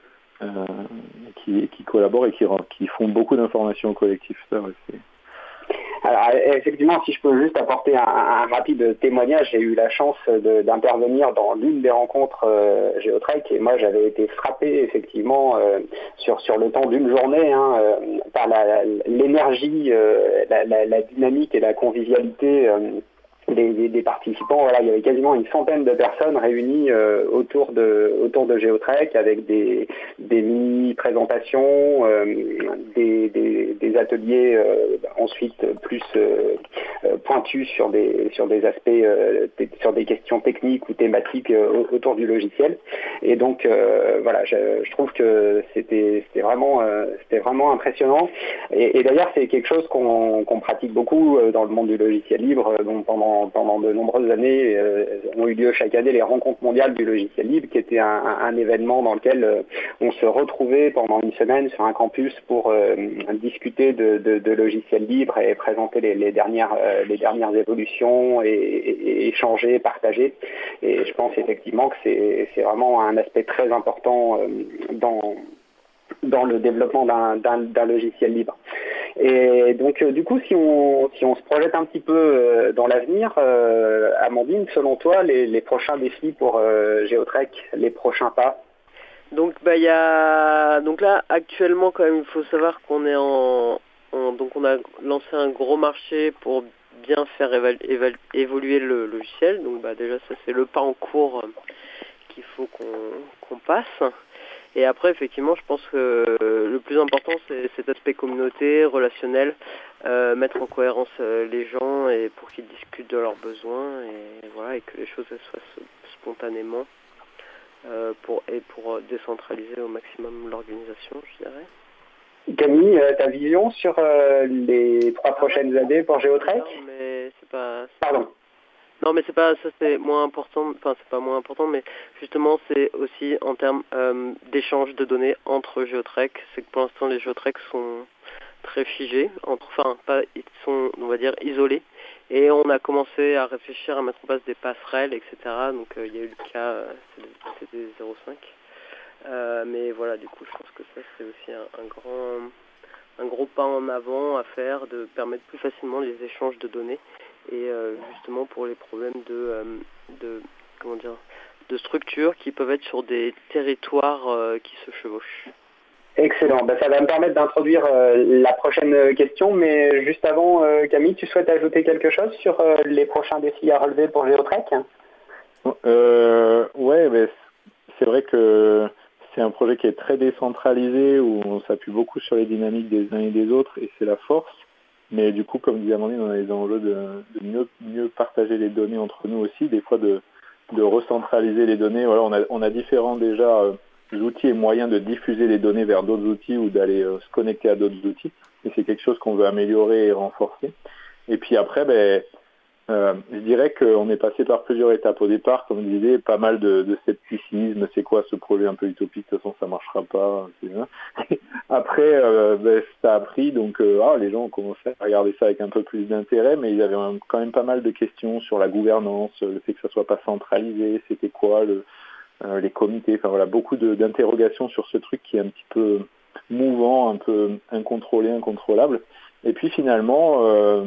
qui collaborent et qui font beaucoup d'informations au collectif. Ça, ouais, c'est... Alors effectivement, si je peux juste apporter un rapide témoignage, j'ai eu la chance d'intervenir dans l'une des rencontres Géotrek et moi j'avais été frappé effectivement sur le temps d'une journée par l'énergie, la dynamique et la convivialité des participants. Voilà, il y avait quasiment une centaine de personnes réunies autour de Geotrek, avec des mini-présentations, des ateliers ensuite plus pointus sur des aspects, sur des questions techniques ou thématiques autour du logiciel. Et donc voilà, je trouve que c'était vraiment impressionnant. Et d'ailleurs, c'est quelque chose qu'on pratique beaucoup dans le monde du logiciel libre. Donc pendant de nombreuses années, ont eu lieu chaque année les rencontres mondiales du logiciel libre, qui était un événement dans lequel on se retrouvait pendant une semaine sur un campus pour discuter de logiciels libres et présenter les dernières évolutions et échanger, partager. Et je pense effectivement que c'est vraiment un aspect très important dans le développement d'un logiciel libre. Et donc du coup, si on se projette un petit peu dans l'avenir, Amandine, selon toi, les prochains défis pour Geotrek, les prochains pas? Donc il y a donc là actuellement quand même, il faut savoir qu'on est donc on a lancé un gros marché pour bien faire évoluer le logiciel. Donc déjà ça, c'est le pas en cours qu'il faut qu'on passe. Et après, effectivement, je pense que le plus important, c'est cet aspect communauté, relationnel, mettre en cohérence les gens et pour qu'ils discutent de leurs besoins et que les choses se fassent spontanément pour décentraliser au maximum l'organisation, je dirais. Camille, ta vision sur les 3 prochaines années pour Geotrek? Non, mais c'est pas... Pardon. Non, mais c'est pas ça, c'est moins important. Enfin, c'est pas moins important, mais justement, c'est aussi en termes d'échange de données entre Geotrek. C'est que pour l'instant, les Geotrek sont très figés, ils sont, on va dire, isolés. Et on a commencé à réfléchir à mettre en place des passerelles, etc. Donc, il y a eu le cas, c'était 0.5. Mais voilà, du coup, je pense que ça, c'est aussi un gros pas en avant à faire, de permettre plus facilement les échanges de données. Et justement pour les problèmes de structures qui peuvent être sur des territoires qui se chevauchent. Excellent. Ça va me permettre d'introduire la prochaine question, mais juste avant, Camille, tu souhaites ajouter quelque chose sur les prochains défis à relever pour Geotrek? Ouais, c'est vrai que c'est un projet qui est très décentralisé, où on s'appuie beaucoup sur les dynamiques des uns et des autres, et c'est la force. Mais du coup, comme disait Amandine, on a les enjeux de mieux partager les données entre nous aussi, des fois de recentraliser les données. Voilà, on a différents déjà outils et moyens de diffuser les données vers d'autres outils ou d'aller se connecter à d'autres outils. Et c'est quelque chose qu'on veut améliorer et renforcer. Et puis après, je dirais qu'on est passé par plusieurs étapes. Au départ, comme je disais, pas mal de scepticisme. C'est quoi ce projet un peu utopique? De toute façon, ça marchera pas. Après, ça a pris. Donc, les gens ont commencé à regarder ça avec un peu plus d'intérêt, mais il y avait quand même pas mal de questions sur la gouvernance, le fait que ça soit pas centralisé, c'était quoi les comités. Enfin voilà, beaucoup d'interrogations sur ce truc qui est un petit peu mouvant, un peu incontrôlé, incontrôlable. Et puis finalement,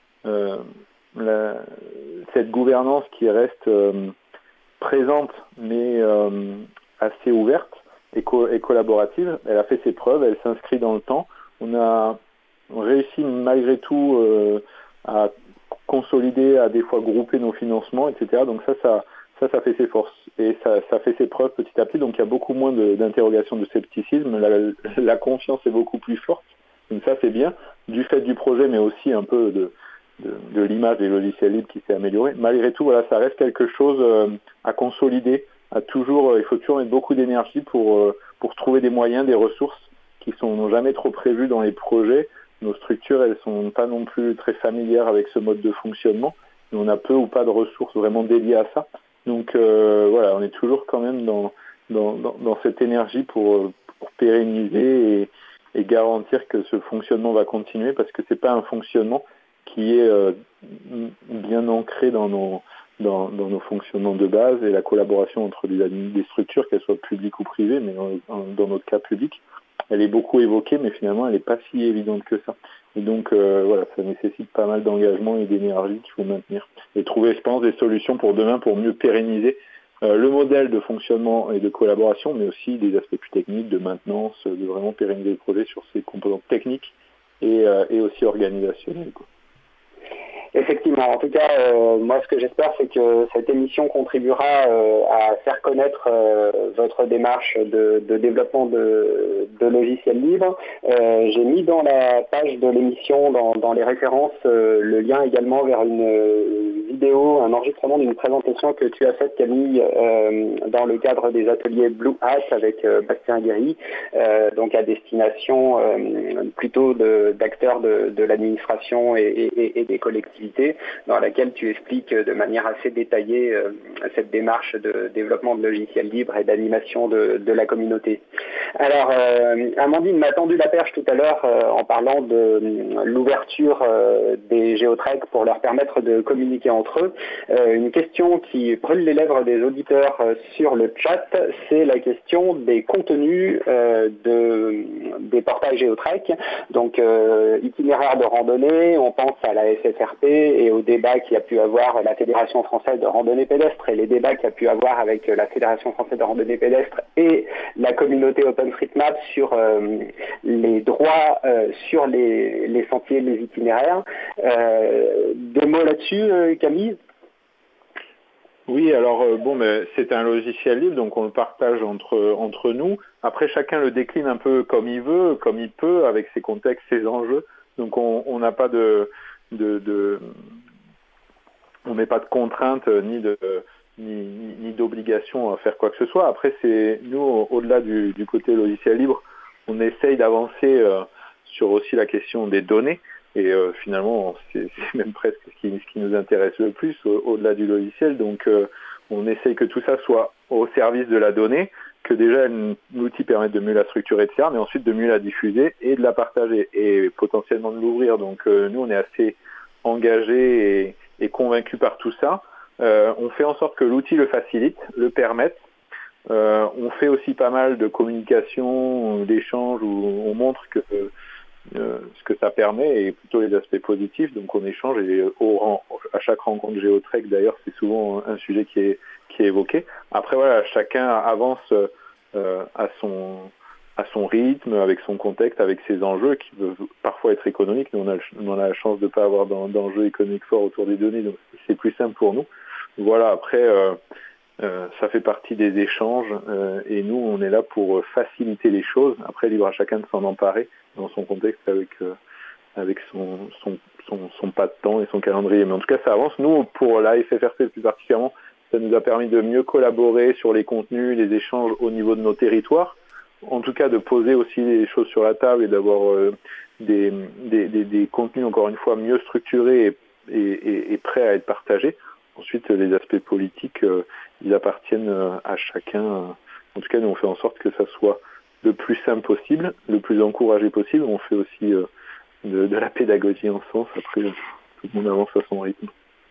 cette gouvernance qui reste présente mais assez ouverte et collaborative, elle a fait ses preuves, elle s'inscrit dans le temps. On a réussi malgré tout à consolider, à des fois grouper nos financements, etc. Donc ça fait ses forces et ça fait ses preuves petit à petit. Donc il y a beaucoup moins d'interrogations, de scepticisme. La confiance est beaucoup plus forte. Donc ça c'est bien, du fait du projet, mais aussi un peu de l'image des logiciels libres qui s'est améliorée. Malgré tout, voilà, ça reste quelque chose à consolider. Il faut toujours mettre beaucoup d'énergie pour trouver des moyens, des ressources qui sont jamais trop prévues dans les projets. Nos structures, elles sont pas non plus très familières avec ce mode de fonctionnement. Et on a peu ou pas de ressources vraiment dédiées à ça. Donc voilà, on est toujours quand même dans cette énergie pour pérenniser et garantir que ce fonctionnement va continuer, parce que c'est pas un fonctionnement qui est bien ancré dans nos fonctionnements de base, et la collaboration entre des structures, qu'elles soient publiques ou privées, mais dans notre cas public, elle est beaucoup évoquée, mais finalement elle n'est pas si évidente que ça. Et donc voilà, ça nécessite pas mal d'engagement et d'énergie qu'il faut maintenir. Et trouver, je pense, des solutions pour demain pour mieux pérenniser le modèle de fonctionnement et de collaboration, mais aussi des aspects plus techniques, de maintenance, de vraiment pérenniser le projet sur ses composantes techniques et aussi organisationnelles, quoi. Effectivement, en tout cas, moi ce que j'espère c'est que cette émission contribuera à faire connaître votre démarche de développement de logiciels libres. J'ai mis dans la page de l'émission, dans les références, le lien également vers une vidéo, un enregistrement d'une présentation que tu as faite, Camille, dans le cadre des ateliers Blue Hat avec Bastien Guéry, donc à destination plutôt d'acteurs de l'administration et des collectivités, dans laquelle tu expliques de manière assez détaillée cette démarche de développement de logiciels libres et d'animation de la communauté. Alors, Amandine m'a tendu la perche tout à l'heure en parlant de l'ouverture des géotreks pour leur permettre de communiquer entre eux. Une question qui brûle les lèvres des auditeurs sur le chat, c'est la question des contenus des portails géotrek. Donc, itinéraire de randonnée, on pense à la SFRP et au débat qu'il y a pu avoir la Fédération française de randonnée pédestre et les débats qu'il y a pu avoir avec la Fédération française de randonnée pédestre et la communauté OpenStreetMap sur les droits sur les sentiers, les itinéraires. Deux mots là-dessus, Camille? Oui, alors mais c'est un logiciel libre, donc on le partage entre nous. Après, chacun le décline un peu comme il veut, comme il peut, avec ses contextes, ses enjeux. Donc on n'a pas on met pas de contraintes ni d'obligation à faire quoi que ce soit. Après, c'est nous, au-delà du côté logiciel libre, on essaye d'avancer sur aussi la question des données. Et finalement, c'est même presque ce qui nous intéresse le plus au-delà du logiciel. Donc, on essaye que tout ça soit au service de la donnée, que déjà l'outil permette de mieux la structurer, etc., mais ensuite de mieux la diffuser et de la partager et potentiellement de l'ouvrir. Donc, nous, on est assez engagés et convaincus par tout ça. On fait en sorte que l'outil le facilite, le permette. On fait aussi pas mal de communication, d'échanges où on montre que ce que ça permet et plutôt les aspects positifs. Donc on échange et à chaque rencontre géotrek d'ailleurs c'est souvent un sujet qui est évoqué. Après voilà, chacun avance à son rythme, avec son contexte, avec ses enjeux qui peuvent parfois être économiques. Nous on a la chance de ne pas avoir d'enjeux économiques forts autour des données, donc c'est plus simple pour nous. Voilà, après ça fait partie des échanges et nous on est là pour faciliter les choses. Après libre à chacun de s'en emparer dans son contexte avec son pas de temps et son calendrier. Mais en tout cas ça avance. Nous pour la FFRC plus particulièrement, ça nous a permis de mieux collaborer sur les contenus, les échanges au niveau de nos territoires. En tout cas de poser aussi les choses sur la table et d'avoir des contenus encore une fois mieux structurés et prêts à être partagés. Ensuite, les aspects politiques, ils appartiennent à chacun. En tout cas, nous, on fait en sorte que ça soit le plus simple possible, le plus encouragé possible. On fait aussi de la pédagogie en sens. Après, tout le monde avance à son rythme.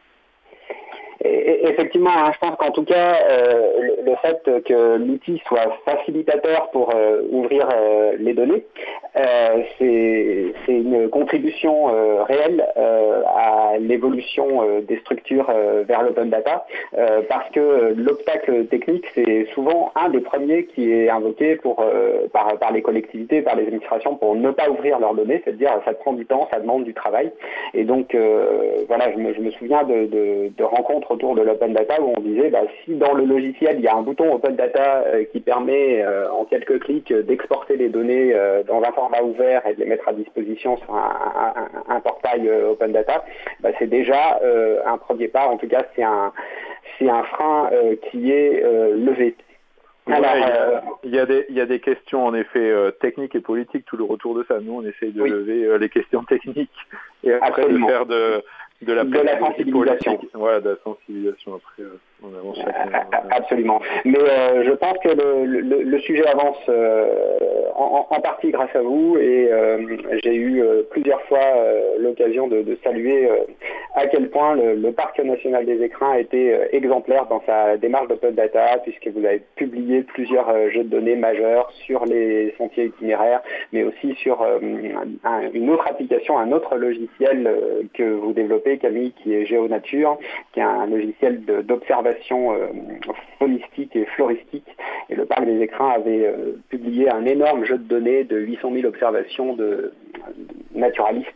Et effectivement, je pense qu'en tout cas, le fait que l'outil soit facilitateur pour ouvrir les données, c'est une contribution réelle à l'évolution des structures vers l'open data, parce que l'obstacle technique, c'est souvent un des premiers qui est invoqué par les collectivités, par les administrations pour ne pas ouvrir leurs données, c'est-à-dire ça prend du temps, ça demande du travail. Et donc, voilà, je me souviens de rencontres autour de l'open data où on disait si dans le logiciel il y a un bouton open data qui permet en quelques clics d'exporter les données dans un format ouvert et de les mettre à disposition sur un portail open data, c'est déjà un premier pas. En tout cas c'est un frein qui est levé. Alors, il y a des questions en effet techniques et politiques tout le retour de ça. Nous on essaye de lever les questions techniques et après absolument. de faire de la sensibilisation. Voilà, de la sensibilisation. Après, on avance chacun. Absolument. Mais je pense que le sujet avance en partie grâce à vous et j'ai eu plusieurs fois l'occasion de saluer à quel point le Parc national des écrins a été exemplaire dans sa démarche d'open data, puisque vous avez publié plusieurs jeux de données majeurs sur les sentiers itinéraires, mais aussi sur une autre application, un autre logiciel que vous développez, Camille, qui est GeoNature, qui est un logiciel d'observation faunistique et floristique. Et le Parc des écrins avait publié un énorme jeu de données de 800 000 observations de naturalistes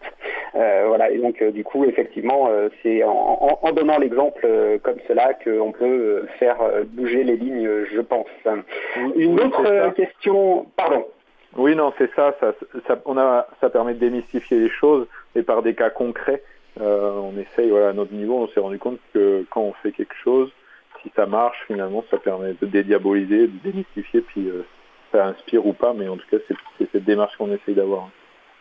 Voilà, et donc du coup, effectivement, c'est en donnant l'exemple comme cela qu'on peut faire bouger les lignes, je pense. Une autre question, pardon. Oui, non, c'est ça permet de démystifier les choses, et par des cas concrets, on essaye, à notre niveau, on s'est rendu compte que quand on fait quelque chose, si ça marche, finalement, ça permet de dédiaboliser, de démystifier, puis ça inspire ou pas, mais en tout cas, c'est cette démarche qu'on essaye d'avoir.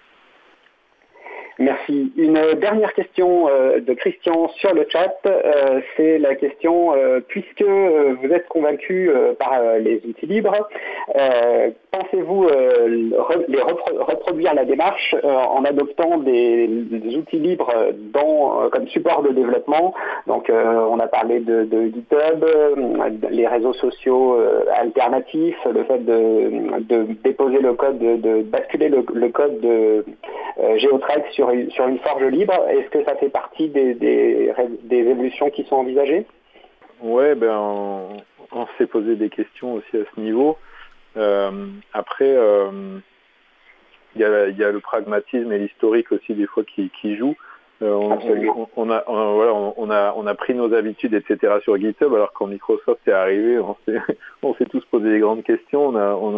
Merci. Une dernière question de Christian sur le chat, c'est la question, puisque vous êtes convaincu par les outils libres, pensez-vous reproduire la démarche en adoptant des outils libres comme support de développement? Donc on a parlé de GitHub, les réseaux sociaux alternatifs, le fait de déposer le code, de basculer le code de GeoTrek sur une forge libre. Est-ce que ça fait partie des évolutions qui sont envisagées? Ouais, on s'est posé des questions aussi à ce niveau. Après, il y a le pragmatisme et l'historique aussi des fois qui jouent. On a pris nos habitudes, etc. sur GitHub, alors quand Microsoft est arrivé, on s'est tous posé des grandes questions.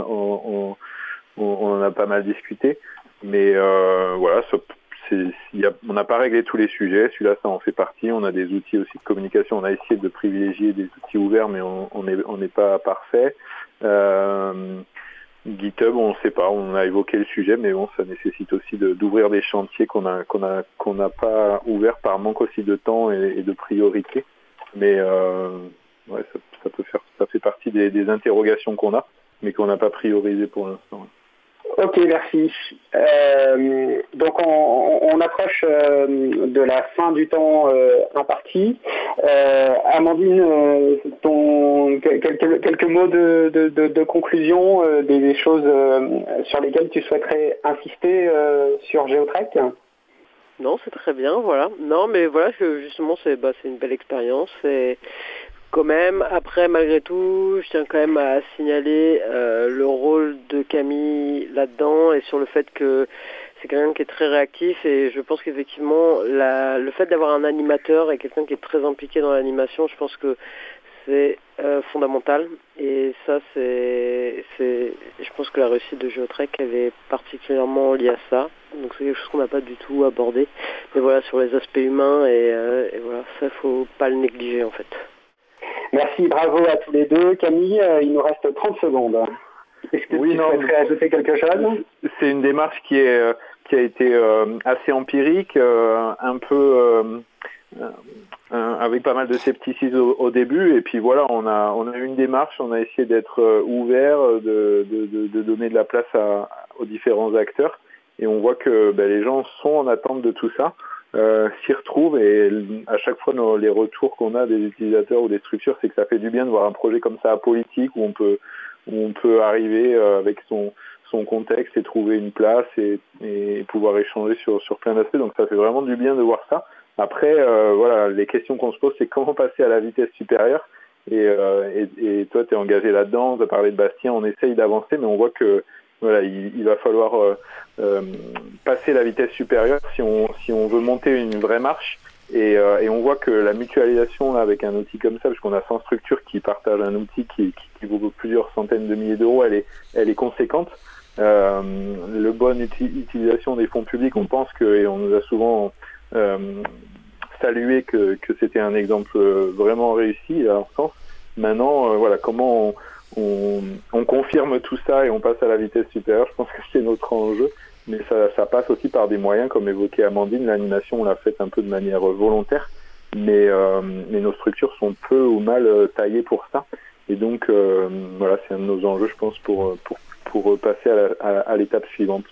On en a pas mal discuté, mais on n'a pas réglé tous les sujets. Celui-là, ça en fait partie. On a des outils aussi de communication. On a essayé de privilégier des outils ouverts, mais on n'est pas parfait. GitHub, on ne sait pas. On a évoqué le sujet, mais bon, ça nécessite aussi d'ouvrir des chantiers qu'on n'a pas ouverts par manque aussi de temps et de priorité. Mais ça fait partie des interrogations qu'on a, mais qu'on n'a pas priorisé pour l'instant. Ok, merci. Donc on approche de la fin du temps imparti. Amandine, quelques mots de conclusion, des choses sur lesquelles tu souhaiterais insister sur GeoTrek? Non, c'est très bien, voilà. Non, mais voilà, justement, c'est une belle expérience. Et quand même, après, malgré tout, je tiens quand même à signaler le rôle de Camille là-dedans et sur le fait que c'est quelqu'un qui est très réactif, et je pense qu'effectivement, le fait d'avoir un animateur et quelqu'un qui est très impliqué dans l'animation, je pense que c'est fondamental. Et ça, je pense que la réussite de GeoTrek, elle est particulièrement liée à ça. Donc c'est quelque chose qu'on n'a pas du tout abordé. Mais voilà, sur les aspects humains, et voilà, ça, il faut pas le négliger en fait. Merci, bravo à tous les deux. Camille, il nous reste 30 secondes. Est-ce que tu souhaiterais ajouter quelque chose? C'est une démarche qui a été assez empirique, un peu avec pas mal de scepticisme au début, et puis voilà, on a eu une démarche, on a essayé d'être ouvert, de donner de la place aux différents acteurs, et on voit que les gens sont en attente de tout ça. S'y retrouvent, et à chaque fois les retours qu'on a des utilisateurs ou des structures, c'est que ça fait du bien de voir un projet comme ça apolitique, où on peut arriver avec son contexte et trouver une place et pouvoir échanger sur plein d'aspects. Donc ça fait vraiment du bien de voir ça. Après, les questions qu'on se pose, c'est comment passer à la vitesse supérieure, et toi tu es engagé là-dedans, tu as parlé de Bastien, on essaye d'avancer, mais on voit que il va falloir passer la vitesse supérieure si on veut monter une vraie marche, et on voit que la mutualisation là, avec un outil comme ça, parce qu'on a 100 structures qui partagent un outil qui vaut plusieurs centaines de milliers d'euros, elle est conséquente. Le bonne utilisation des fonds publics, on pense et on nous a souvent salué que c'était un exemple vraiment réussi à leur sens. Maintenant, comment on confirme tout ça et on passe à la vitesse supérieure, je pense que c'est notre enjeu, mais ça passe aussi par des moyens, comme évoquait Amandine. L'animation, on l'a faite un peu de manière volontaire, mais nos structures sont peu ou mal taillées pour ça, et donc c'est un de nos enjeux, je pense, pour passer à l'étape suivante.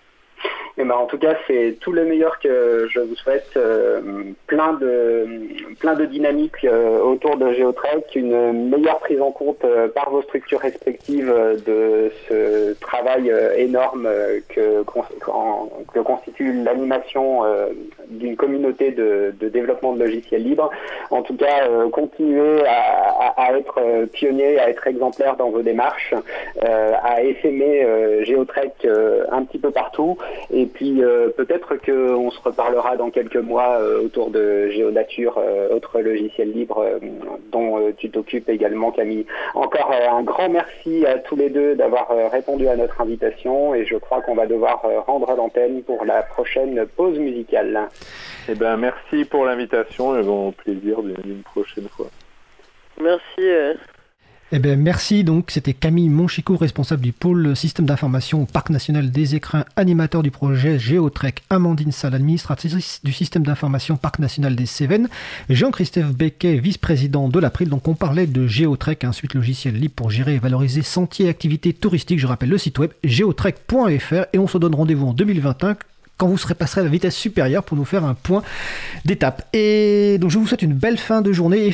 En tout cas, c'est tout le meilleur que je vous souhaite. Plein de dynamique autour de GeoTrek, une meilleure prise en compte par vos structures respectives de ce travail énorme que constitue l'animation d'une communauté de développement de logiciels libres. En tout cas, continuez à être pionnier, à être exemplaire dans vos démarches, à essaimer GeoTrek un petit peu partout. Et puis peut-être qu'on se reparlera dans quelques mois autour de Géonature, autre logiciel libre dont tu t'occupes également, Camille. Encore un grand merci à tous les deux d'avoir répondu à notre invitation, et je crois qu'on va devoir rendre l'antenne pour la prochaine pause musicale. Eh ben, merci pour l'invitation et bon plaisir d'une prochaine fois. Merci. Eh bien, merci. Donc, c'était Camille Monchicourt, responsable du pôle système d'information au Parc national des écrins, animateur du projet Géotrek. Amandine Salle, administratrice du système d'information Parc national des Cévennes. Jean-Christophe Becquet, vice-président de l'April. Donc, on parlait de Géotrek, un suite logiciel libre pour gérer et valoriser sentiers et activités touristiques. Je rappelle le site web geotrek.fr, et on se donne rendez-vous en 2021 quand vous serez passé à la vitesse supérieure pour nous faire un point d'étape. Et donc je vous souhaite une belle fin de journée